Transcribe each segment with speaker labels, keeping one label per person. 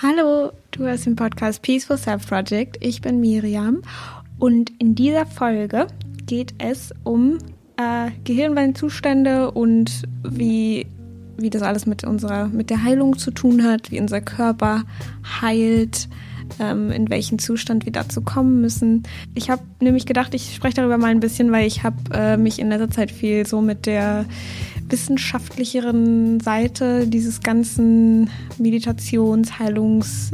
Speaker 1: Hallo, du hörst den Podcast Peaceful Self Project. Ich bin Miriam und in dieser Folge geht es um Gehirnwellenzustände und wie das alles mit der Heilung zu tun hat, wie unser Körper heilt, in welchen Zustand wir dazu kommen müssen. Ich habe nämlich gedacht, ich spreche darüber mal ein bisschen, weil ich habe mich in letzter Zeit viel so mit der wissenschaftlicheren Seite dieses ganzen Meditations-, Heilungs-,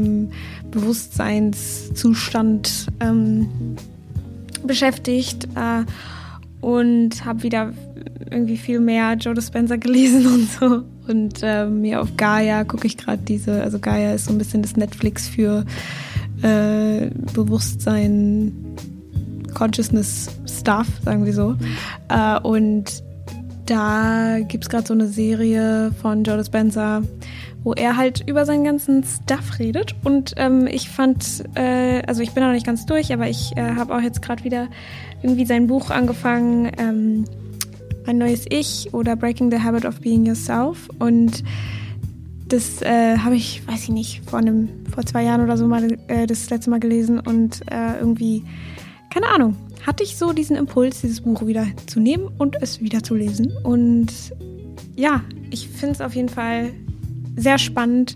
Speaker 1: Bewusstseinszustand beschäftigt und habe wieder irgendwie viel mehr Joe Dispenza gelesen und so. Und mir auf Gaia gucke ich gerade also Gaia ist so ein bisschen das Netflix für Bewusstsein, Consciousness Stuff, sagen wir so. Und da gibt es gerade so eine Serie von Joe Dispenza, wo er halt über seinen ganzen Stuff redet. Und ich fand, also ich bin noch nicht ganz durch, aber ich habe auch jetzt gerade wieder irgendwie sein Buch angefangen, Ein neues Ich oder Breaking the Habit of Being Yourself. Und das habe ich, weiß ich nicht, vor 2 Jahren oder so mal das letzte Mal gelesen und irgendwie, keine Ahnung, hatte ich so diesen Impuls, dieses Buch wieder zu nehmen und es wieder zu lesen. Und ja, ich finde es auf jeden Fall sehr spannend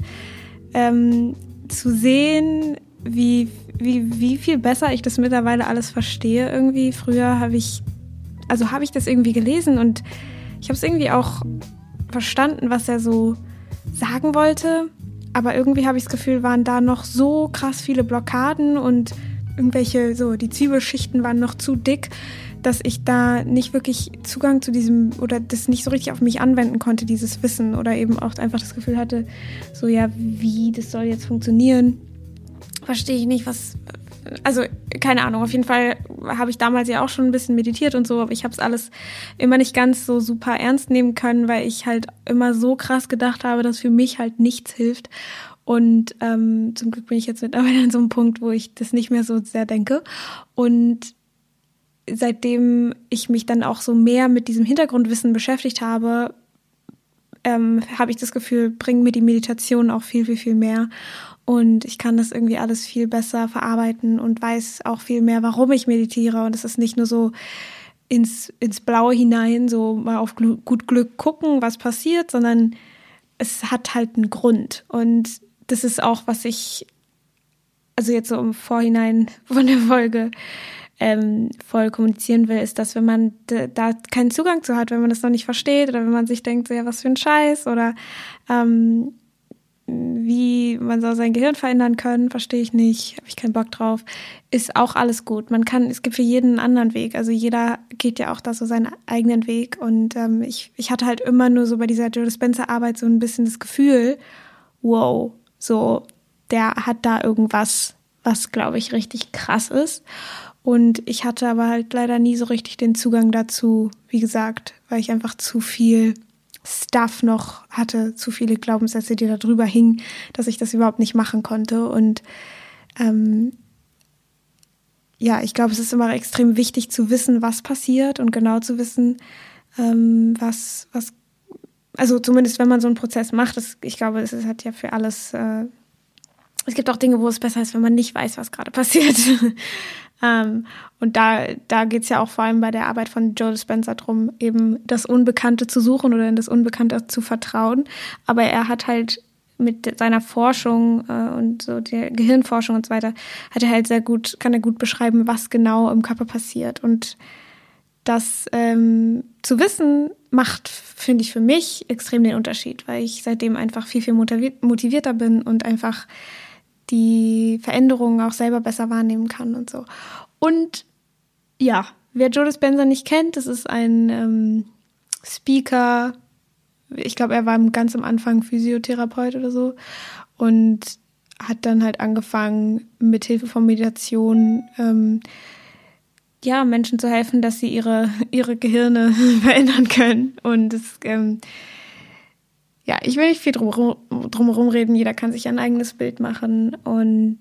Speaker 1: zu sehen, wie viel besser ich das mittlerweile alles verstehe irgendwie. Früher habe ich das irgendwie gelesen und ich habe es irgendwie auch verstanden, was er so sagen wollte. Aber irgendwie habe ich das Gefühl, waren da noch so krass viele Blockaden und irgendwelche, so, die Zwiebelschichten waren noch zu dick, dass ich da nicht wirklich Zugang zu diesem oder das nicht so richtig auf mich anwenden konnte, dieses Wissen, oder eben auch einfach das Gefühl hatte, so, ja, wie das soll jetzt funktionieren, verstehe ich nicht, also keine Ahnung, auf jeden Fall habe ich damals ja auch schon ein bisschen meditiert und so, aber ich habe es alles immer nicht ganz so super ernst nehmen können, weil ich halt immer so krass gedacht habe, dass für mich halt nichts hilft. Und zum Glück bin ich jetzt mittlerweile an so einem Punkt, wo ich das nicht mehr so sehr denke. Und seitdem ich mich dann auch so mehr mit diesem Hintergrundwissen beschäftigt habe, habe ich das Gefühl, bringt mir die Meditation auch viel, viel, viel mehr. Und ich kann das irgendwie alles viel besser verarbeiten und weiß auch viel mehr, warum ich meditiere. Und es ist nicht nur so ins Blaue hinein, so mal auf gut Glück gucken, was passiert, sondern es hat halt einen Grund. Und das ist auch, was ich, also jetzt so im Vorhinein von der Folge voll kommunizieren will, ist, dass wenn man da keinen Zugang zu hat, wenn man das noch nicht versteht oder wenn man sich denkt, so, ja, was für ein Scheiß oder wie man soll sein Gehirn verändern können, verstehe ich nicht, habe ich keinen Bock drauf, ist auch alles gut. Es gibt für jeden einen anderen Weg. Also jeder geht ja auch da so seinen eigenen Weg. Und ich hatte halt immer nur so bei dieser Joe Dispenza-Arbeit so ein bisschen das Gefühl, wow, so, der hat da irgendwas, was, glaube ich, richtig krass ist. Und ich hatte aber halt leider nie so richtig den Zugang dazu, wie gesagt, weil ich einfach zu viel Stuff noch hatte, zu viele Glaubenssätze, die da drüber hingen, dass ich das überhaupt nicht machen konnte. Und ja, ich glaube, es ist immer extrem wichtig zu wissen, was passiert und genau zu wissen, was, also zumindest wenn man so einen Prozess macht, ich glaube, es hat ja für alles, es gibt auch Dinge, wo es besser ist, wenn man nicht weiß, was gerade passiert. Und da geht's ja auch vor allem bei der Arbeit von Joe Dispenza drum, eben das Unbekannte zu suchen oder in das Unbekannte zu vertrauen. Aber er hat halt mit seiner Forschung und so der Gehirnforschung und so weiter, kann er gut beschreiben, was genau im Körper passiert. Und das zu wissen, macht, finde ich, für mich extrem den Unterschied, weil ich seitdem einfach viel, viel motivierter bin und einfach die Veränderungen auch selber besser wahrnehmen kann und so. Und ja, wer Joe Dispenza nicht kennt, das ist ein Speaker. Ich glaube, er war ganz am Anfang Physiotherapeut oder so und hat dann halt angefangen, mit Hilfe von Meditation Menschen zu helfen, dass sie ihre Gehirne verändern können. Und das ich will nicht viel drumherum reden, jeder kann sich ein eigenes Bild machen. Und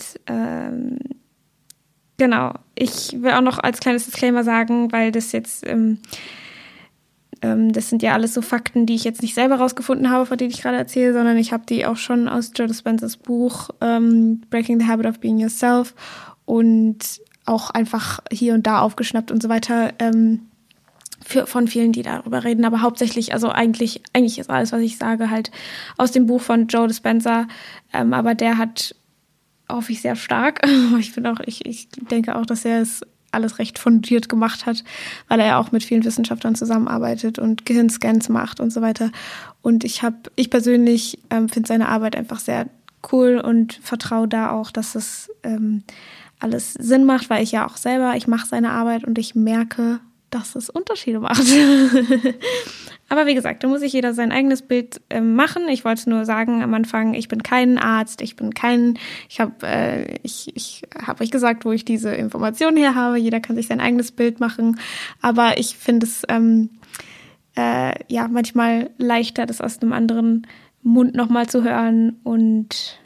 Speaker 1: genau, ich will auch noch als kleines Disclaimer sagen, weil das jetzt, das sind ja alles so Fakten, die ich jetzt nicht selber rausgefunden habe, von denen ich gerade erzähle, sondern ich habe die auch schon aus Joe Dispenzas Buch Breaking the Habit of Being Yourself und auch einfach hier und da aufgeschnappt und so weiter, von vielen, die darüber reden, aber hauptsächlich, also eigentlich ist alles, was ich sage, halt aus dem Buch von Joe Dispenza, aber der hat, hoffe ich, sehr stark. Ich denke auch, dass er es alles recht fundiert gemacht hat, weil er ja auch mit vielen Wissenschaftlern zusammenarbeitet und Gehirnscans macht und so weiter. Und ich persönlich finde seine Arbeit einfach sehr cool und vertraue da auch, dass es alles Sinn macht, weil ich mache seine Arbeit und ich merke, dass es Unterschiede macht. Aber wie gesagt, da muss sich jeder sein eigenes Bild machen. Ich wollte nur sagen am Anfang, ich bin kein Arzt, ich habe euch gesagt, wo ich diese Informationen her habe. Jeder kann sich sein eigenes Bild machen. Aber ich finde es manchmal leichter, das aus einem anderen Mund nochmal zu hören. Und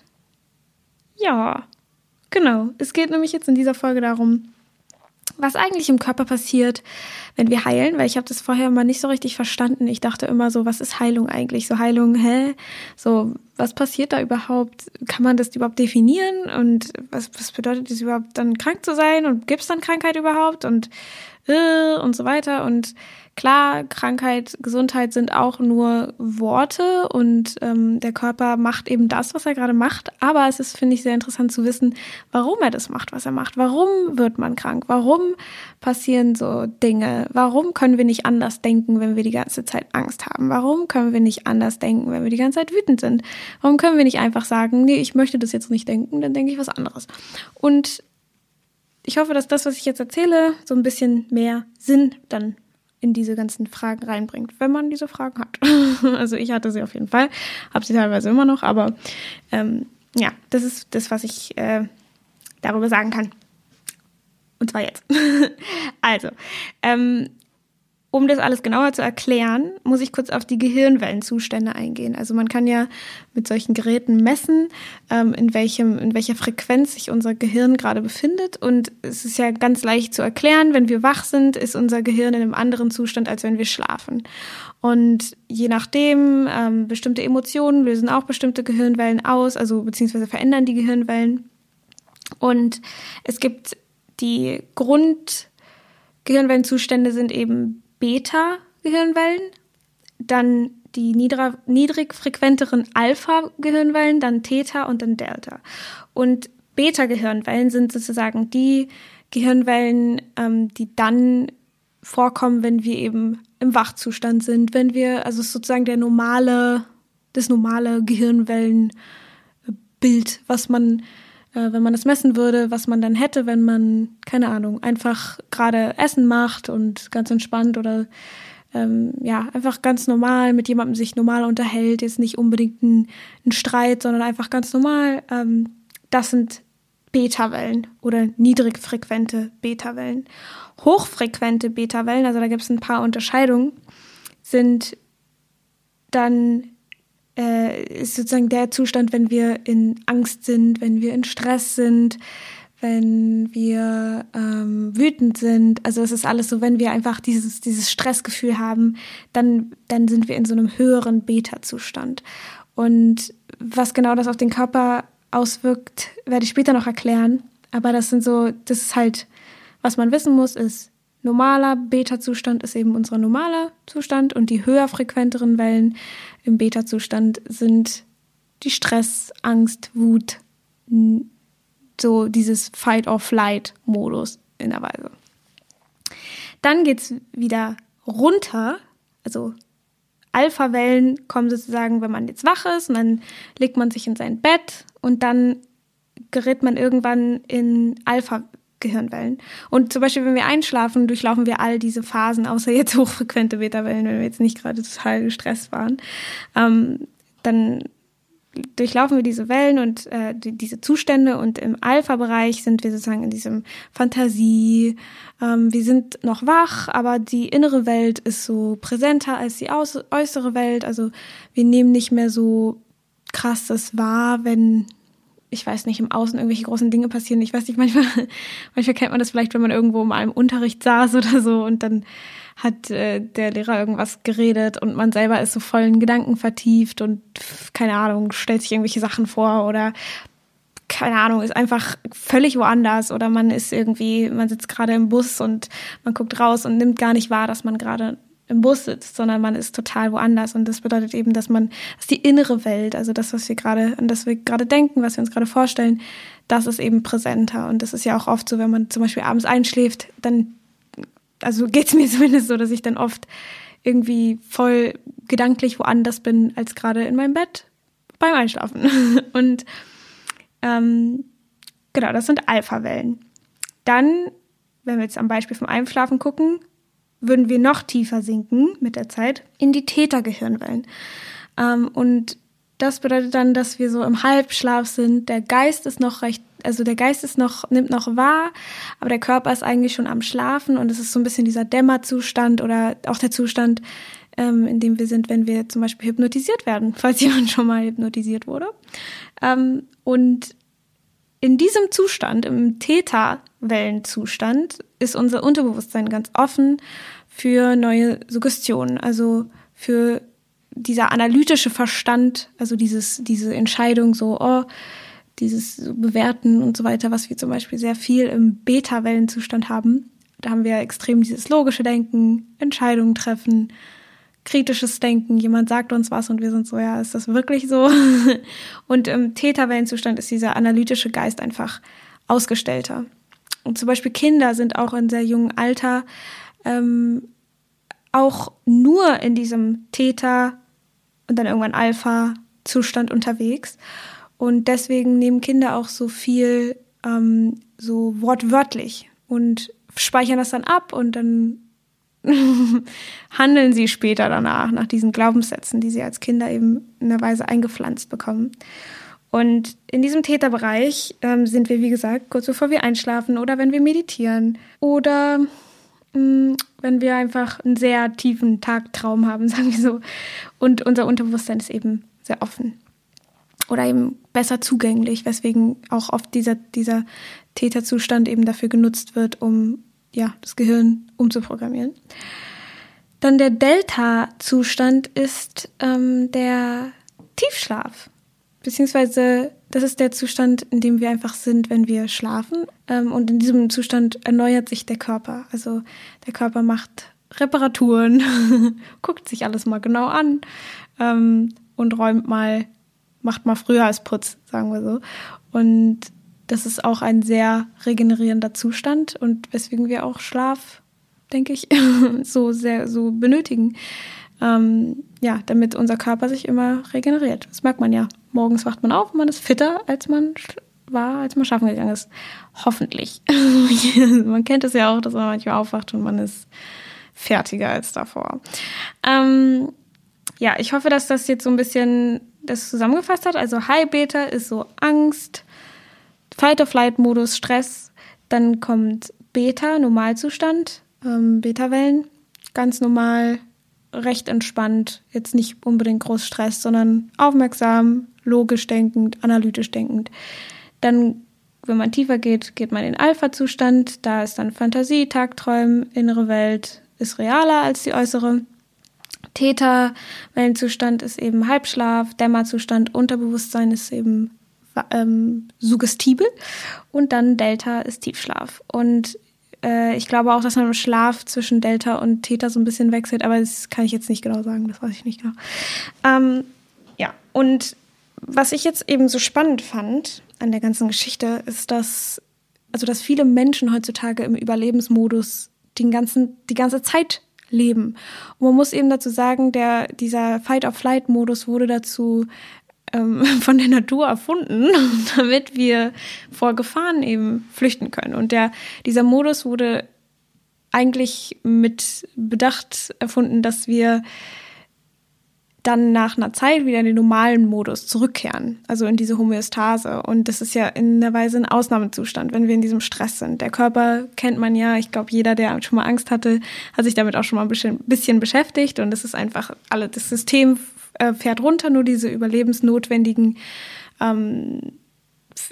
Speaker 1: ja, genau. Es geht nämlich jetzt in dieser Folge darum, was eigentlich im Körper passiert, wenn wir heilen, weil ich habe das vorher mal nicht so richtig verstanden. Ich dachte immer so, was ist Heilung eigentlich? So Heilung, So, was passiert da überhaupt? Kann man das überhaupt definieren? Und was bedeutet es überhaupt, dann krank zu sein? Und gibt es dann Krankheit überhaupt? Und so weiter. Und klar, Krankheit, Gesundheit sind auch nur Worte und der Körper macht eben das, was er gerade macht. Aber es ist, finde ich, sehr interessant zu wissen, warum er das macht, was er macht. Warum wird man krank? Warum passieren so Dinge? Warum können wir nicht anders denken, wenn wir die ganze Zeit Angst haben? Warum können wir nicht anders denken, wenn wir die ganze Zeit wütend sind? Warum können wir nicht einfach sagen, nee, ich möchte das jetzt nicht denken, dann denke ich was anderes. Und ich hoffe, dass das, was ich jetzt erzähle, so ein bisschen mehr Sinn dann in diese ganzen Fragen reinbringt, wenn man diese Fragen hat. Also ich hatte sie auf jeden Fall, habe sie teilweise immer noch, aber das ist das, was ich darüber sagen kann. Und zwar jetzt. Also, um das alles genauer zu erklären, muss ich kurz auf die Gehirnwellenzustände eingehen. Also man kann ja mit solchen Geräten messen, in welcher Frequenz sich unser Gehirn gerade befindet. Und es ist ja ganz leicht zu erklären, wenn wir wach sind, ist unser Gehirn in einem anderen Zustand, als wenn wir schlafen. Und je nachdem, bestimmte Emotionen lösen auch bestimmte Gehirnwellen aus, also beziehungsweise verändern die Gehirnwellen. Und es gibt die Grundgehirnwellenzustände sind eben Beta-Gehirnwellen, dann die niedrig frequenteren Alpha-Gehirnwellen, dann Theta und dann Delta. Und Beta-Gehirnwellen sind sozusagen die Gehirnwellen, die dann vorkommen, wenn wir eben im Wachzustand sind, also sozusagen das normale Gehirnwellenbild, was man, wenn man das messen würde, was man dann hätte, wenn man, keine Ahnung, einfach gerade Essen macht und ganz entspannt oder einfach ganz normal mit jemandem sich normal unterhält, jetzt nicht unbedingt ein Streit, sondern einfach ganz normal. Das sind Beta-Wellen oder niedrigfrequente Beta-Wellen. Hochfrequente Beta-Wellen, also da gibt es ein paar Unterscheidungen, sind dann ist sozusagen der Zustand, wenn wir in Angst sind, wenn wir in Stress sind, wenn wir wütend sind. Also es ist alles so, wenn wir einfach dieses Stressgefühl haben, dann sind wir in so einem höheren Beta-Zustand. Und was genau das auf den Körper auswirkt, werde ich später noch erklären. Aber das ist halt, was man wissen muss, ist, normaler Beta-Zustand ist eben unser normaler Zustand und die höher frequenteren Wellen im Beta-Zustand sind die Stress, Angst, Wut, so dieses Fight-or-Flight-Modus in der Weise. Dann geht's wieder runter, also Alpha-Wellen kommen sozusagen, wenn man jetzt wach ist und dann legt man sich in sein Bett und dann gerät man irgendwann in Alpha-Gehirnwellen. Und zum Beispiel, wenn wir einschlafen, durchlaufen wir all diese Phasen, außer jetzt hochfrequente Beta-Wellen, wenn wir jetzt nicht gerade total gestresst waren. Dann durchlaufen wir diese Wellen und diese Zustände und im Alpha-Bereich sind wir sozusagen in diesem Fantasie. Wir sind noch wach, aber die innere Welt ist so präsenter als die äußere Welt. Also wir nehmen nicht mehr so krass das wahr, wenn, ich weiß nicht, im Außen irgendwelche großen Dinge passieren. Ich weiß nicht, manchmal kennt man das vielleicht, wenn man irgendwo mal im Unterricht saß oder so und dann hat der Lehrer irgendwas geredet und man selber ist so voll in Gedanken vertieft und keine Ahnung, stellt sich irgendwelche Sachen vor oder keine Ahnung, ist einfach völlig woanders oder man sitzt gerade im Bus und man guckt raus und nimmt gar nicht wahr, dass man gerade im Bus sitzt, sondern man ist total woanders. Und das bedeutet eben, dass die innere Welt, also das, an das wir gerade denken, was wir uns gerade vorstellen, das ist eben präsenter. Und das ist ja auch oft so, wenn man zum Beispiel abends einschläft, dann, also geht's mir zumindest so, dass ich dann oft irgendwie voll gedanklich woanders bin, als gerade in meinem Bett beim Einschlafen. Und genau, das sind Alpha-Wellen. Dann, wenn wir jetzt am Beispiel vom Einschlafen gucken, würden wir noch tiefer sinken mit der Zeit in die Theta-Gehirnwellen. Und das bedeutet dann, dass wir so im Halbschlaf sind. Der Geist nimmt noch wahr, aber der Körper ist eigentlich schon am Schlafen und es ist so ein bisschen dieser Dämmerzustand oder auch der Zustand, in dem wir sind, wenn wir zum Beispiel hypnotisiert werden, falls jemand schon mal hypnotisiert wurde. Und in diesem Zustand, im Theta-Wellenzustand, ist unser Unterbewusstsein ganz offen für neue Suggestionen, also für dieser analytische Verstand, also diese Entscheidung dieses Bewerten und so weiter, was wir zum Beispiel sehr viel im Beta-Wellenzustand haben. Da haben wir extrem dieses logische Denken, Entscheidungen treffen, kritisches Denken, jemand sagt uns was und wir sind so, ja, ist das wirklich so? Und im Theta-Wellenzustand ist dieser analytische Geist einfach ausgestellter. Und zum Beispiel Kinder sind auch in sehr jungem Alter auch nur in diesem Theta- und dann irgendwann Alpha-Zustand unterwegs. Und deswegen nehmen Kinder auch so viel so wortwörtlich und speichern das dann ab und dann handeln sie später danach, nach diesen Glaubenssätzen, die sie als Kinder eben in einer Weise eingepflanzt bekommen. Und in diesem Theta-Bereich sind wir, wie gesagt, kurz bevor wir einschlafen oder wenn wir meditieren oder wenn wir einfach einen sehr tiefen Tagtraum haben, sagen wir so. Und unser Unterbewusstsein ist eben sehr offen oder eben besser zugänglich, weswegen auch oft dieser Theta-Zustand eben dafür genutzt wird, um das Gehirn umzuprogrammieren. Dann der Delta-Zustand ist der Tiefschlaf. Beziehungsweise das ist der Zustand, in dem wir einfach sind, wenn wir schlafen. Und in diesem Zustand erneuert sich der Körper. Also der Körper macht Reparaturen, guckt sich alles mal genau an und macht mal Frühjahrsputz, sagen wir so. Und das ist auch ein sehr regenerierender Zustand und weswegen wir auch Schlaf, denke ich, so benötigen. Damit unser Körper sich immer regeneriert. Das merkt man ja. Morgens wacht man auf und man ist fitter, als man war, als man schlafen gegangen ist. Hoffentlich. Man kennt es ja auch, dass man manchmal aufwacht und man ist fertiger als davor. Ich hoffe, dass das jetzt so ein bisschen das zusammengefasst hat. Also High Beta ist so Angst, Fight-or-Flight-Modus, Stress. Dann kommt Beta, Normalzustand, Beta-Wellen, ganz normal, recht entspannt, jetzt nicht unbedingt groß Stress, sondern aufmerksam, logisch denkend, analytisch denkend. Dann, wenn man tiefer geht, geht man in Alpha-Zustand, da ist dann Fantasie, Tagträumen, innere Welt ist realer als die äußere. Theta-Wellenzustand ist eben Halbschlaf, Dämmerzustand, Unterbewusstsein ist eben suggestibel und dann Delta ist Tiefschlaf. Und ich glaube auch, dass man im Schlaf zwischen Delta und Theta so ein bisschen wechselt, aber das kann ich jetzt nicht genau sagen, das weiß ich nicht genau. Und was ich jetzt eben so spannend fand an der ganzen Geschichte, ist, dass viele Menschen heutzutage im Überlebensmodus die ganze Zeit leben. Und man muss eben dazu sagen, dieser Fight-or-Flight-Modus wurde dazu von der Natur erfunden, damit wir vor Gefahren eben flüchten können. Und dieser Modus wurde eigentlich mit Bedacht erfunden, dass wir dann nach einer Zeit wieder in den normalen Modus zurückkehren, also in diese Homöostase. Und das ist ja in einer Weise ein Ausnahmezustand, wenn wir in diesem Stress sind. Der Körper kennt man ja, ich glaube, jeder, der schon mal Angst hatte, hat sich damit auch schon mal ein bisschen beschäftigt. Und es ist einfach, das System fährt runter, nur diese überlebensnotwendigen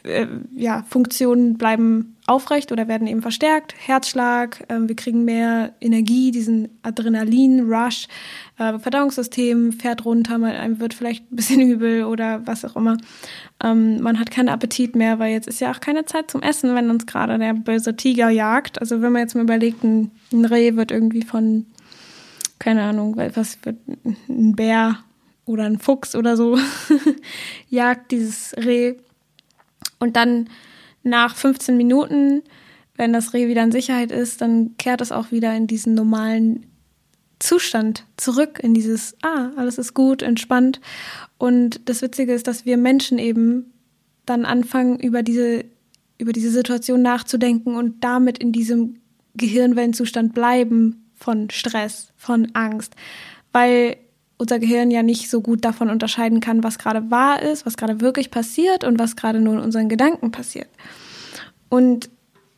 Speaker 1: Funktionen bleiben aufrecht oder werden eben verstärkt. Herzschlag, wir kriegen mehr Energie, diesen Adrenalin-Rush, Verdauungssystem fährt runter, einem wird vielleicht ein bisschen übel oder was auch immer. Man hat keinen Appetit mehr, weil jetzt ist ja auch keine Zeit zum Essen, wenn uns gerade der böse Tiger jagt. Also wenn man jetzt mal überlegt, ein Reh wird irgendwie von, keine Ahnung, was wird ein Bär oder ein Fuchs oder so jagt dieses Reh. Und dann nach 15 Minuten, wenn das Reh wieder in Sicherheit ist, dann kehrt es auch wieder in diesen normalen Zustand zurück, in dieses, alles ist gut, entspannt. Und das Witzige ist, dass wir Menschen eben dann anfangen, über diese Situation nachzudenken und damit in diesem Gehirnwellenzustand bleiben von Stress, von Angst. Weil unser Gehirn ja nicht so gut davon unterscheiden kann, was gerade wahr ist, was gerade wirklich passiert und was gerade nur in unseren Gedanken passiert. Und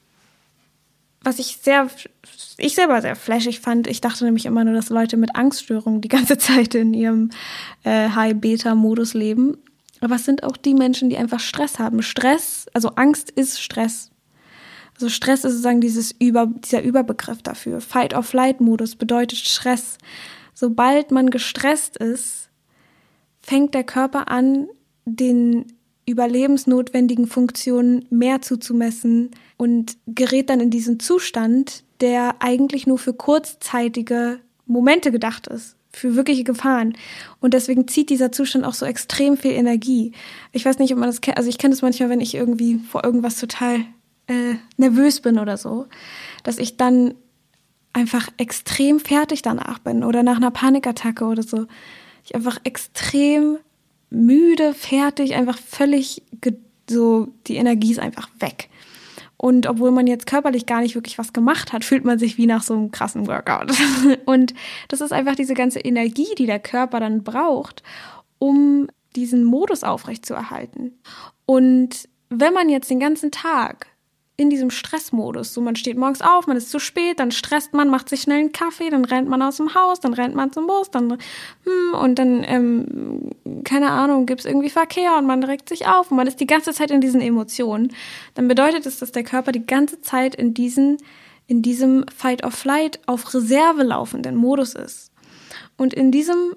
Speaker 1: was ich selber sehr flashig fand, ich dachte nämlich immer nur, dass Leute mit Angststörungen die ganze Zeit in ihrem High-Beta-Modus leben. Aber es sind auch die Menschen, die einfach Stress haben. Stress, also Angst ist Stress. Also Stress ist sozusagen dieser Überbegriff dafür. Fight-or-Flight-Modus bedeutet Stress. Sobald man gestresst ist, fängt der Körper an, den überlebensnotwendigen Funktionen mehr zuzumessen und gerät dann in diesen Zustand, der eigentlich nur für kurzzeitige Momente gedacht ist, für wirkliche Gefahren. Und deswegen zieht dieser Zustand auch so extrem viel Energie. Ich weiß nicht, ob man das kennt, also ich kenne das manchmal, wenn ich irgendwie vor irgendwas total nervös bin oder so, dass ich dann einfach extrem fertig danach bin oder nach einer Panikattacke oder so. Ich einfach extrem müde, fertig, einfach völlig so, die Energie ist einfach weg. Und obwohl man jetzt körperlich gar nicht wirklich was gemacht hat, fühlt man sich wie nach so einem krassen Workout. Und das ist einfach diese ganze Energie, die der Körper dann braucht, um diesen Modus aufrechtzuerhalten. Und wenn man jetzt den ganzen Tag in diesem Stressmodus. So, man steht morgens auf, man ist zu spät, dann stresst man, macht sich schnell einen Kaffee, dann rennt man aus dem Haus, dann rennt man zum Bus, und dann, keine Ahnung, gibt's irgendwie Verkehr und man regt sich auf und man ist die ganze Zeit in diesen Emotionen. Dann bedeutet es, dass der Körper die ganze Zeit in diesem Fight-or-Flight auf Reserve laufenden Modus ist. Und in diesem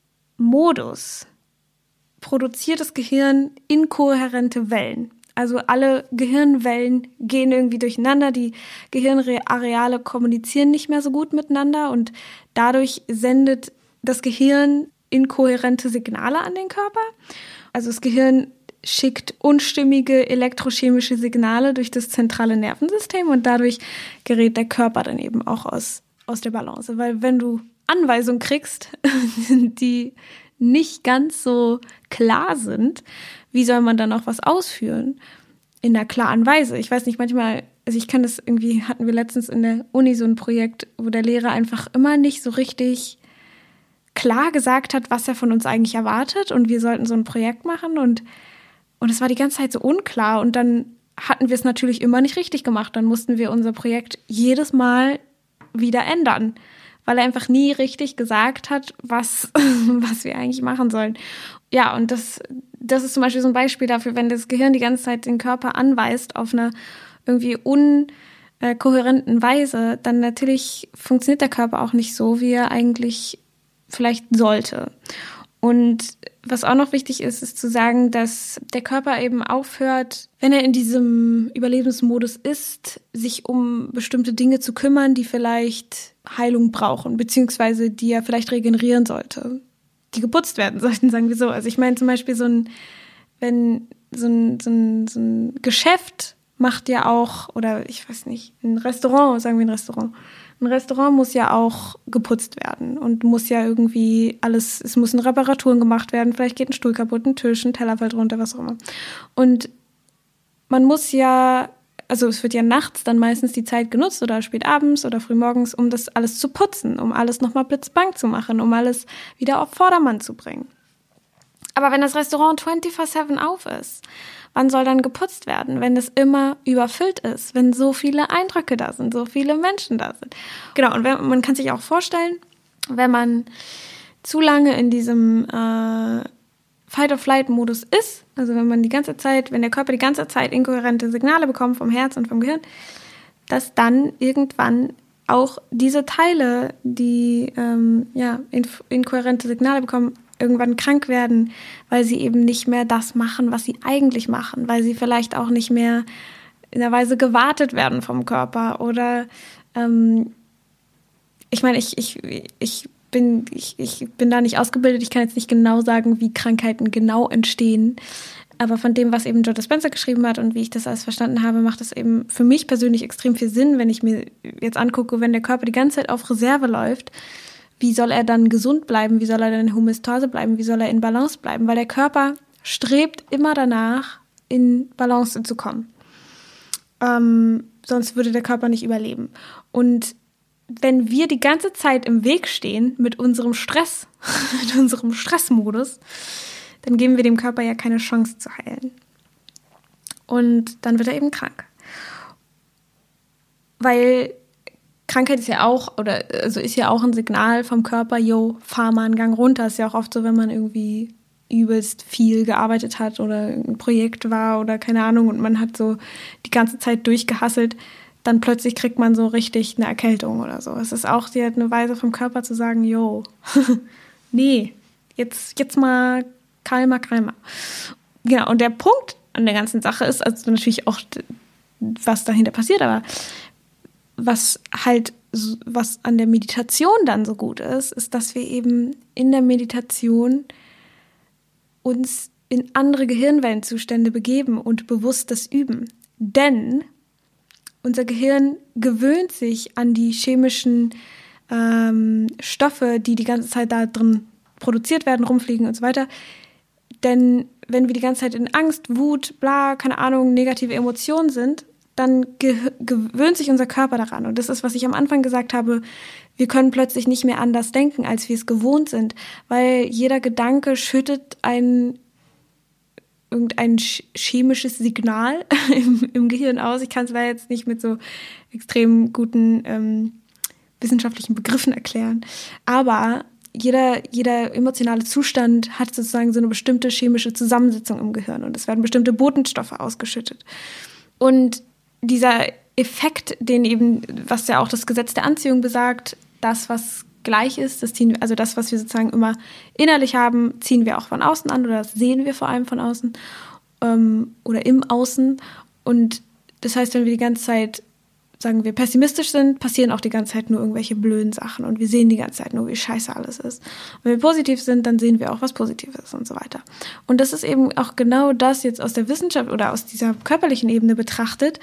Speaker 1: Modus produziert das Gehirn inkohärente Wellen. Also alle Gehirnwellen gehen irgendwie durcheinander, die Gehirnareale kommunizieren nicht mehr so gut miteinander und dadurch sendet das Gehirn inkohärente Signale an den Körper. Also das Gehirn schickt unstimmige elektrochemische Signale durch das zentrale Nervensystem und dadurch gerät der Körper dann eben auch aus der Balance. Weil wenn du Anweisungen kriegst, die nicht ganz so klar sind, wie soll man dann auch was ausführen? In einer klaren Weise. Ich weiß nicht, manchmal, also ich kann das irgendwie, hatten wir letztens in der Uni so ein Projekt, wo der Lehrer einfach immer nicht so richtig klar gesagt hat, was er von uns eigentlich erwartet und wir sollten so ein Projekt machen und es war die ganze Zeit so unklar und dann hatten wir es natürlich immer nicht richtig gemacht. Dann mussten wir unser Projekt jedes Mal wieder ändern, weil er einfach nie richtig gesagt hat, was wir eigentlich machen sollen. Ja, und das ist zum Beispiel so ein Beispiel dafür, wenn das Gehirn die ganze Zeit den Körper anweist auf einer irgendwie unkohärenten Weise, dann natürlich funktioniert der Körper auch nicht so, wie er eigentlich vielleicht sollte. Und was auch noch wichtig ist, ist zu sagen, dass der Körper eben aufhört, wenn er in diesem Überlebensmodus ist, sich um bestimmte Dinge zu kümmern, die vielleicht Heilung brauchen, beziehungsweise die er vielleicht regenerieren sollte, die geputzt werden sollten, sagen wir so. Also ich meine zum Beispiel so ein Geschäft macht ja auch, oder ich weiß nicht, ein Restaurant, sagen wir ein Restaurant. Ein Restaurant muss ja auch geputzt werden und muss ja irgendwie es müssen Reparaturen gemacht werden, vielleicht geht ein Stuhl kaputt, ein Tisch, ein Teller fällt runter, was auch immer. Und man muss ja, also es wird ja nachts dann meistens die Zeit genutzt oder spät abends oder früh morgens, um das alles zu putzen, um alles nochmal blitzblank zu machen, um alles wieder auf Vordermann zu bringen. Aber wenn das Restaurant 24/7 auf ist, wann soll dann geputzt werden, wenn es immer überfüllt ist, wenn so viele Eindrücke da sind, so viele Menschen da sind? Genau, und man kann sich auch vorstellen, wenn man zu lange in diesem Fight-or-Flight-Modus ist, also wenn der Körper die ganze Zeit inkohärente Signale bekommt vom Herz und vom Gehirn, dass dann irgendwann auch diese Teile, die inkohärente Signale bekommen, irgendwann krank werden, weil sie eben nicht mehr das machen, was sie eigentlich machen, weil sie vielleicht auch nicht mehr in der Weise gewartet werden vom Körper oder ich meine, ich bin da nicht ausgebildet, ich kann jetzt nicht genau sagen, wie Krankheiten genau entstehen, aber von dem, was eben Joe Dispenza geschrieben hat und wie ich das alles verstanden habe, macht es eben für mich persönlich extrem viel Sinn, wenn ich mir jetzt angucke, wenn der Körper die ganze Zeit auf Reserve läuft, wie soll er dann gesund bleiben, wie soll er dann in Homöostase bleiben, wie soll er in Balance bleiben, weil der Körper strebt immer danach, in Balance zu kommen. Sonst würde der Körper nicht überleben. Und wenn wir die ganze Zeit im Weg stehen mit unserem Stress, mit unserem Stressmodus, dann geben wir dem Körper ja keine Chance zu heilen. Und dann wird er eben krank. Weil Krankheit ist ja auch ein Signal vom Körper, fahr mal einen Gang runter. Ist ja auch oft so, wenn man irgendwie übelst viel gearbeitet hat oder ein Projekt war oder keine Ahnung und man hat so die ganze Zeit durchgehasselt, dann plötzlich kriegt man so richtig eine Erkältung oder so. Es ist auch eine Weise vom Körper zu sagen, nee, jetzt mal kalmer. Genau, und der Punkt an der ganzen Sache ist, also natürlich auch, was dahinter passiert, aber was an der Meditation dann so gut ist, dass wir eben in der Meditation uns in andere Gehirnwellenzustände begeben und bewusst das üben. Denn unser Gehirn gewöhnt sich an die chemischen Stoffe, die ganze Zeit da drin produziert werden, rumfliegen und so weiter. Denn wenn wir die ganze Zeit in Angst, Wut, bla, keine Ahnung, negative Emotionen sind, dann gewöhnt sich unser Körper daran. Und das ist, was ich am Anfang gesagt habe, wir können plötzlich nicht mehr anders denken, als wir es gewohnt sind, weil jeder Gedanke schüttet irgendein chemisches Signal im Gehirn aus. Ich kann es leider jetzt nicht mit so extrem guten wissenschaftlichen Begriffen erklären. Aber jeder emotionale Zustand hat sozusagen so eine bestimmte chemische Zusammensetzung im Gehirn und es werden bestimmte Botenstoffe ausgeschüttet. Und dieser Effekt, was ja auch das Gesetz der Anziehung besagt, das, was gleich ist, das, was wir sozusagen immer innerlich haben, ziehen wir auch von außen an oder das sehen wir vor allem von außen oder im Außen. Und das heißt, wenn wir die ganze Zeit, sagen wir, pessimistisch sind, passieren auch die ganze Zeit nur irgendwelche blöden Sachen und wir sehen die ganze Zeit nur, wie scheiße alles ist. Und wenn wir positiv sind, dann sehen wir auch, was positiv ist und so weiter. Und das ist eben auch genau das jetzt aus der Wissenschaft oder aus dieser körperlichen Ebene betrachtet,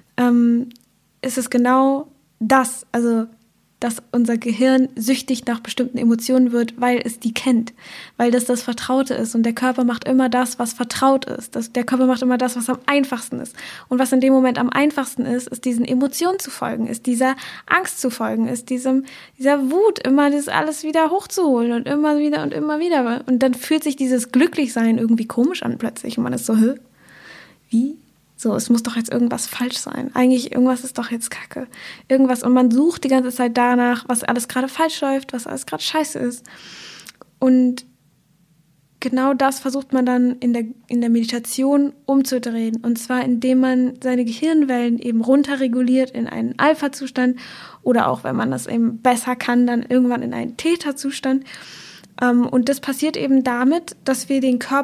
Speaker 1: ist es genau das, also dass unser Gehirn süchtig nach bestimmten Emotionen wird, weil es die kennt, weil das Vertraute ist und der Körper macht immer das, was vertraut ist. Der Körper macht immer das, was am einfachsten ist. Und was in dem Moment am einfachsten ist diesen Emotionen zu folgen, ist dieser Angst zu folgen, ist dieser Wut, immer das alles wieder hochzuholen und immer wieder und immer wieder. Und dann fühlt sich dieses Glücklichsein irgendwie komisch an plötzlich und man ist so, wie? So, es muss doch jetzt irgendwas falsch sein. Eigentlich, irgendwas ist doch jetzt Kacke. Irgendwas. Und man sucht die ganze Zeit danach, was alles gerade falsch läuft, was alles gerade scheiße ist. Und genau das versucht man dann in der Meditation umzudrehen. Und zwar, indem man seine Gehirnwellen eben runterreguliert in einen Alpha-Zustand oder auch, wenn man das eben besser kann, dann irgendwann in einen Theta-Zustand. Und das passiert eben damit, dass wir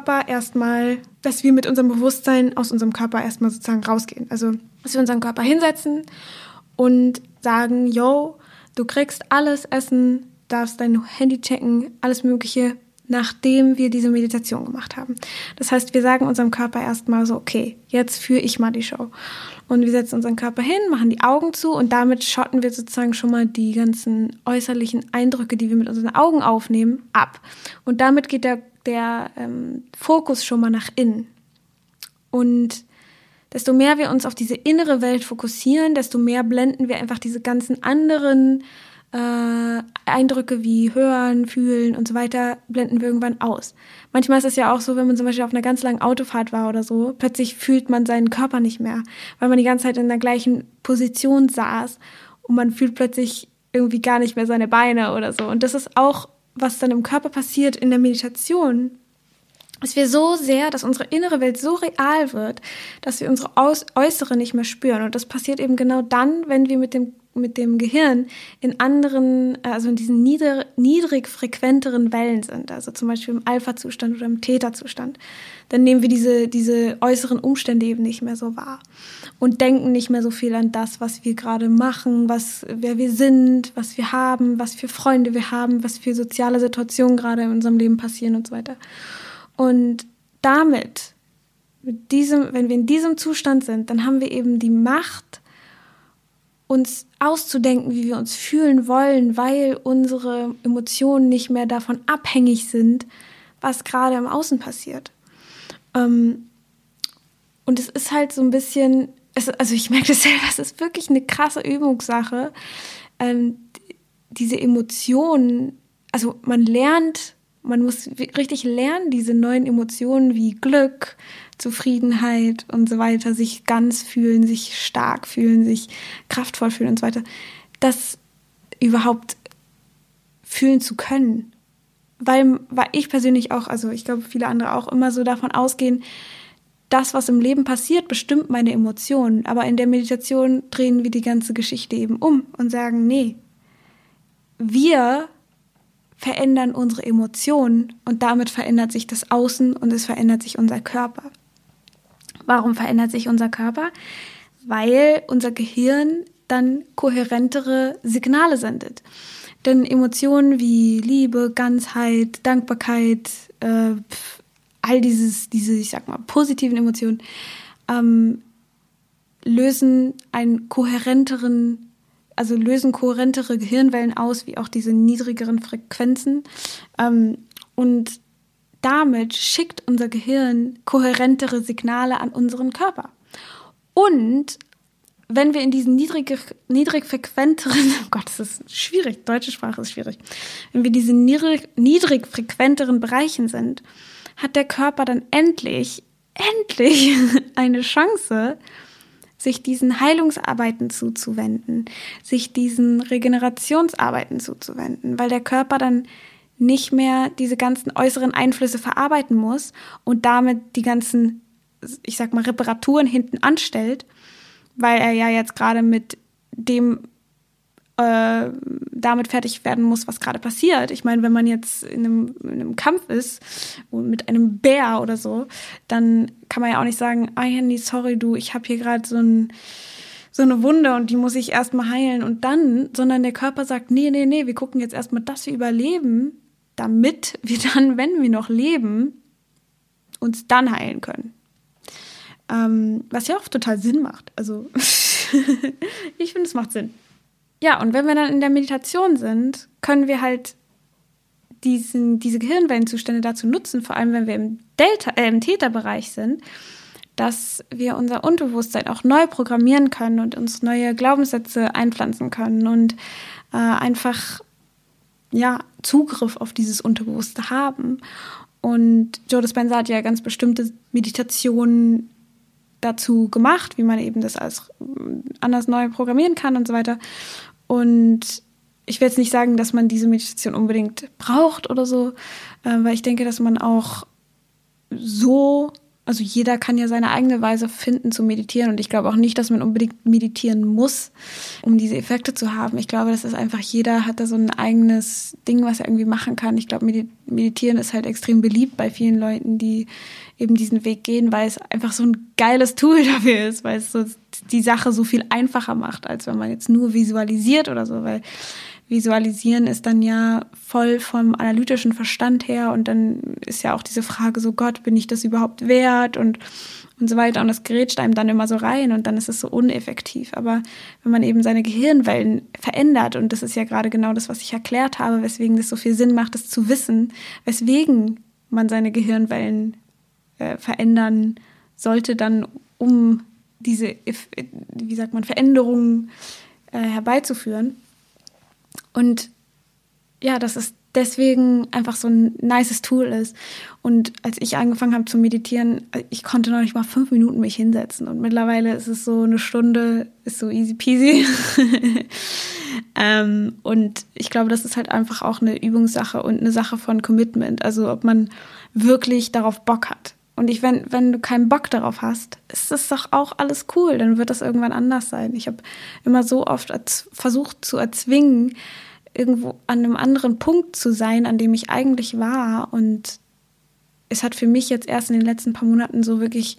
Speaker 1: dass wir mit unserem Bewusstsein aus unserem Körper erstmal sozusagen rausgehen. Also, dass wir unseren Körper hinsetzen und sagen, du kriegst alles Essen, darfst dein Handy checken, alles Mögliche, nachdem wir diese Meditation gemacht haben. Das heißt, wir sagen unserem Körper erstmal so, okay, jetzt führe ich mal die Show. Und wir setzen unseren Körper hin, machen die Augen zu und damit schotten wir sozusagen schon mal die ganzen äußerlichen Eindrücke, die wir mit unseren Augen aufnehmen, ab. Und damit geht der Fokus schon mal nach innen. Und desto mehr wir uns auf diese innere Welt fokussieren, desto mehr blenden wir einfach diese ganzen anderen Eindrücke wie Hören, Fühlen und so weiter, blenden wir irgendwann aus. Manchmal ist es ja auch so, wenn man zum Beispiel auf einer ganz langen Autofahrt war oder so, plötzlich fühlt man seinen Körper nicht mehr, weil man die ganze Zeit in der gleichen Position saß und man fühlt plötzlich irgendwie gar nicht mehr seine Beine oder so. Und das ist auch, was dann im Körper passiert in der Meditation, dass unsere innere Welt so real wird, dass wir unsere äußere nicht mehr spüren. Und das passiert eben genau dann, wenn wir mit dem Gehirn in anderen, also in diesen niedrig frequenteren Wellen sind. Also zum Beispiel im Alpha-Zustand oder im Theta-Zustand. Dann nehmen wir diese äußeren Umstände eben nicht mehr so wahr. Und denken nicht mehr so viel an das, was wir gerade machen, wer wir sind, was wir haben, was für Freunde wir haben, was für soziale Situationen gerade in unserem Leben passieren und so weiter. Und damit, wenn wir in diesem Zustand sind, dann haben wir eben die Macht, uns auszudenken, wie wir uns fühlen wollen, weil unsere Emotionen nicht mehr davon abhängig sind, was gerade im Außen passiert. Und es ist halt so ein bisschen, also ich merke das selber, es ist wirklich eine krasse Übungssache. Diese Emotionen, also man muss richtig lernen, diese neuen Emotionen wie Glück, Zufriedenheit und so weiter, sich ganz fühlen, sich stark fühlen, sich kraftvoll fühlen und so weiter, das überhaupt fühlen zu können. Weil ich persönlich auch, also ich glaube viele andere auch, immer so davon ausgehen, das, was im Leben passiert, bestimmt meine Emotionen. Aber in der Meditation drehen wir die ganze Geschichte eben um und sagen, nee, wir verändern unsere Emotionen und damit verändert sich das Außen und es verändert sich unser Körper. Warum verändert sich unser Körper? Weil unser Gehirn dann kohärentere Signale sendet. Denn Emotionen wie Liebe, Ganzheit, Dankbarkeit, all diese, ich sag mal, positiven Emotionen, lösen kohärentere Gehirnwellen aus, wie auch diese niedrigeren Frequenzen. Und damit schickt unser Gehirn kohärentere Signale an unseren Körper. Und wenn wir in diesen niedrigfrequenteren, oh Gott, das ist schwierig, deutsche Sprache ist schwierig. Wenn wir in diesen niedrigfrequenteren Bereichen sind, hat der Körper dann endlich eine Chance, sich diesen Heilungsarbeiten zuzuwenden, sich diesen Regenerationsarbeiten zuzuwenden, weil der Körper dann nicht mehr diese ganzen äußeren Einflüsse verarbeiten muss und damit die ganzen, ich sag mal, Reparaturen hinten anstellt, weil er ja jetzt gerade mit dem damit fertig werden muss, was gerade passiert. Ich meine, wenn man jetzt in einem Kampf ist und mit einem Bär oder so, dann kann man ja auch nicht sagen, nee, sorry, ich habe hier gerade so eine Wunde und die muss ich erstmal heilen und dann, sondern der Körper sagt, nee, wir gucken jetzt erstmal, dass wir überleben, damit wir dann, wenn wir noch leben, uns dann heilen können. Was ja auch total Sinn macht. Also ich finde, es macht Sinn. Ja, und wenn wir dann in der Meditation sind, können wir halt diese Gehirnwellenzustände dazu nutzen, vor allem wenn wir im Theta-Bereich sind, dass wir unser Unterbewusstsein auch neu programmieren können und uns neue Glaubenssätze einpflanzen können und einfach Zugriff auf dieses Unterbewusste haben. Und Joe Dispenza hat ja ganz bestimmte Meditationen dazu gemacht, wie man eben das alles anders neu programmieren kann und so weiter. Und ich will jetzt nicht sagen, dass man diese Meditation unbedingt braucht oder so, weil ich denke, dass man auch also jeder kann ja seine eigene Weise finden zu meditieren und ich glaube auch nicht, dass man unbedingt meditieren muss, um diese Effekte zu haben. Ich glaube, das ist einfach, jeder hat da so ein eigenes Ding, was er irgendwie machen kann. Ich glaube, meditieren ist halt extrem beliebt bei vielen Leuten, die eben diesen Weg gehen, weil es einfach so ein geiles Tool dafür ist, weil es so die Sache so viel einfacher macht, als wenn man jetzt nur visualisiert oder so, weil Visualisieren ist dann ja voll vom analytischen Verstand her und dann ist ja auch diese Frage so, Gott, bin ich das überhaupt wert und so weiter und das grätscht einem dann immer so rein und dann ist es so uneffektiv. Aber wenn man eben seine Gehirnwellen verändert und das ist ja gerade genau das, was ich erklärt habe, weswegen das so viel Sinn macht, es zu wissen, weswegen man seine Gehirnwellen verändern sollte, dann um diese, Veränderungen herbeizuführen. Und ja, dass es deswegen einfach so ein nices Tool ist. Und als ich angefangen habe zu meditieren, ich konnte noch nicht mal 5 Minuten mich hinsetzen. Und mittlerweile ist es so eine Stunde, ist so easy peasy. Und ich glaube, das ist halt einfach auch eine Übungssache und eine Sache von Commitment. Also ob man wirklich darauf Bock hat. Und wenn du keinen Bock darauf hast, ist das doch auch alles cool. Dann wird das irgendwann anders sein. Ich habe immer so oft versucht zu erzwingen, irgendwo an einem anderen Punkt zu sein, an dem ich eigentlich war. Und es hat für mich jetzt erst in den letzten paar Monaten so wirklich,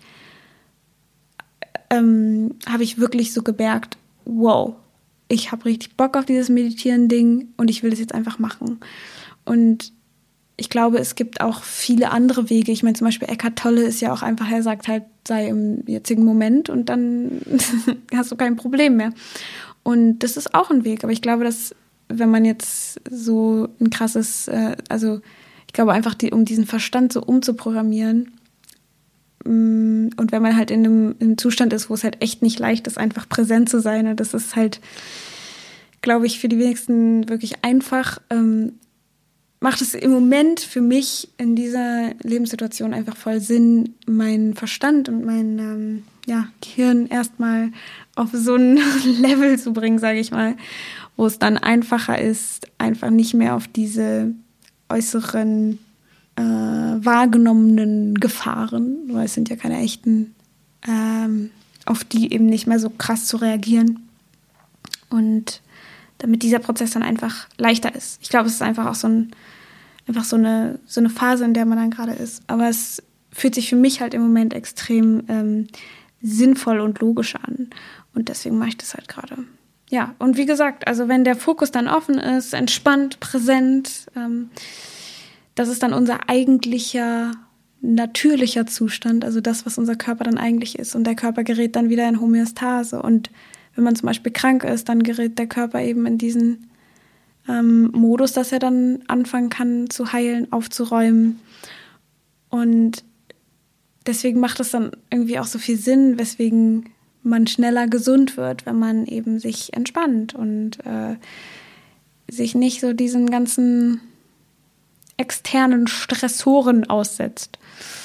Speaker 1: habe ich wirklich so gemerkt, wow, ich habe richtig Bock auf dieses Meditieren-Ding und ich will das jetzt einfach machen. Und ich glaube, es gibt auch viele andere Wege. Ich meine, zum Beispiel Eckhart Tolle ist ja auch einfach, er sagt halt, sei im jetzigen Moment und dann hast du kein Problem mehr. Und das ist auch ein Weg. Aber ich glaube, dass, wenn man jetzt so ein krasses, ich glaube einfach, um diesen Verstand so umzuprogrammieren, und wenn man halt in einem Zustand ist, wo es halt echt nicht leicht ist, einfach präsent zu sein, und das ist halt, glaube ich, für die wenigsten wirklich einfach, macht es im Moment für mich in dieser Lebenssituation einfach voll Sinn, meinen Verstand und mein Gehirn erstmal auf so ein Level zu bringen, sage ich mal, wo es dann einfacher ist, einfach nicht mehr auf diese äußeren wahrgenommenen Gefahren, weil es sind ja keine echten, auf die eben nicht mehr so krass zu reagieren. Und damit dieser Prozess dann einfach leichter ist. Ich glaube, es ist einfach auch so eine Phase, in der man dann gerade ist. Aber es fühlt sich für mich halt im Moment extrem sinnvoll und logisch an. Und deswegen mache ich das halt gerade. Ja, und wie gesagt, also wenn der Fokus dann offen ist, entspannt, präsent, das ist dann unser eigentlicher, natürlicher Zustand, also das, was unser Körper dann eigentlich ist. Und der Körper gerät dann wieder in Homöostase. Und wenn man zum Beispiel krank ist, dann gerät der Körper eben in diesen Modus, dass er dann anfangen kann zu heilen, aufzuräumen. Und deswegen macht es dann irgendwie auch so viel Sinn, weswegen man schneller gesund wird, wenn man eben sich entspannt und sich nicht so diesen ganzen externen Stressoren aussetzt.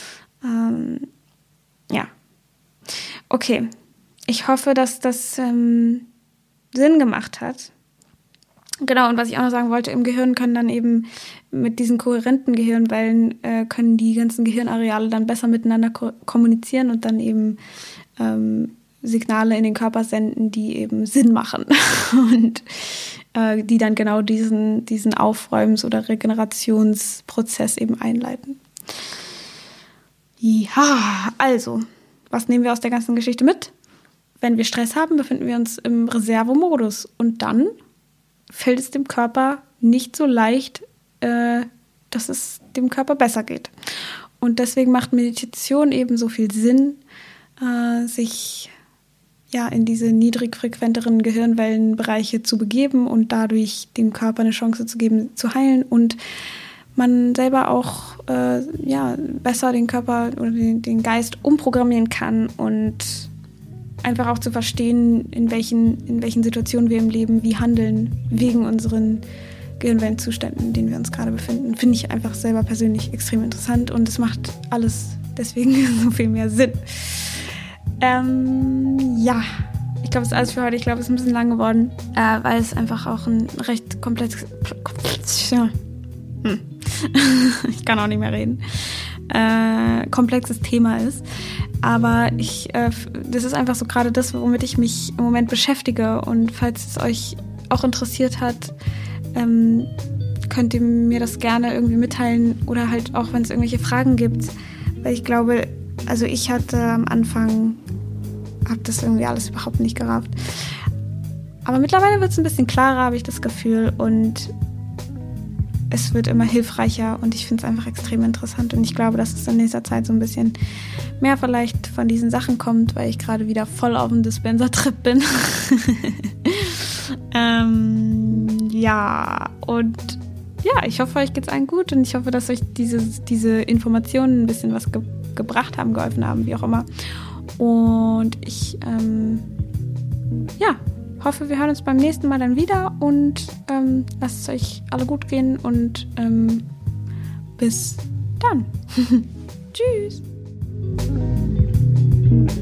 Speaker 1: Ja. Okay. Ich hoffe, dass das Sinn gemacht hat. Genau, und was ich auch noch sagen wollte, im Gehirn können dann eben mit diesen kohärenten Gehirnwellen können die ganzen Gehirnareale dann besser miteinander kommunizieren und dann eben Signale in den Körper senden, die eben Sinn machen und die dann genau diesen Aufräums- oder Regenerationsprozess eben einleiten. Ja, also, was nehmen wir aus der ganzen Geschichte mit? Wenn wir Stress haben, befinden wir uns im Reservemodus und dann fällt es dem Körper nicht so leicht, dass es dem Körper besser geht. Und deswegen macht Meditation eben so viel Sinn, sich in diese niedrigfrequenteren Gehirnwellenbereiche zu begeben und dadurch dem Körper eine Chance zu geben, zu heilen und man selber auch besser den Körper oder den Geist umprogrammieren kann und einfach auch zu verstehen, in welchen Situationen wir im Leben wie handeln, wegen unseren Gehirnwellenzuständen, in denen wir uns gerade befinden, finde ich einfach selber persönlich extrem interessant und es macht alles deswegen so viel mehr Sinn. Ich glaube, das ist alles für heute. Ich glaube, es ist ein bisschen lang geworden, weil es einfach auch ein recht ich kann auch nicht mehr reden, komplexes Thema ist. Aber das ist einfach so gerade das, womit ich mich im Moment beschäftige. Und falls es euch auch interessiert hat, könnt ihr mir das gerne irgendwie mitteilen oder halt auch, wenn es irgendwelche Fragen gibt. Weil ich glaube, also ich hatte am Anfang, habe das irgendwie alles überhaupt nicht gerafft. Aber mittlerweile wird es ein bisschen klarer, habe ich das Gefühl. Und es wird immer hilfreicher und ich finde es einfach extrem interessant. Und ich glaube, dass es in nächster Zeit so ein bisschen mehr vielleicht von diesen Sachen kommt, weil ich gerade wieder voll auf dem Dispenser-Trip bin. Ich hoffe, euch geht's allen gut und ich hoffe, dass euch diese Informationen ein bisschen was gebracht haben, geholfen haben, wie auch immer. Und ich hoffe, wir hören uns beim nächsten Mal dann wieder und lasst es euch alle gut gehen und bis dann. Tschüss.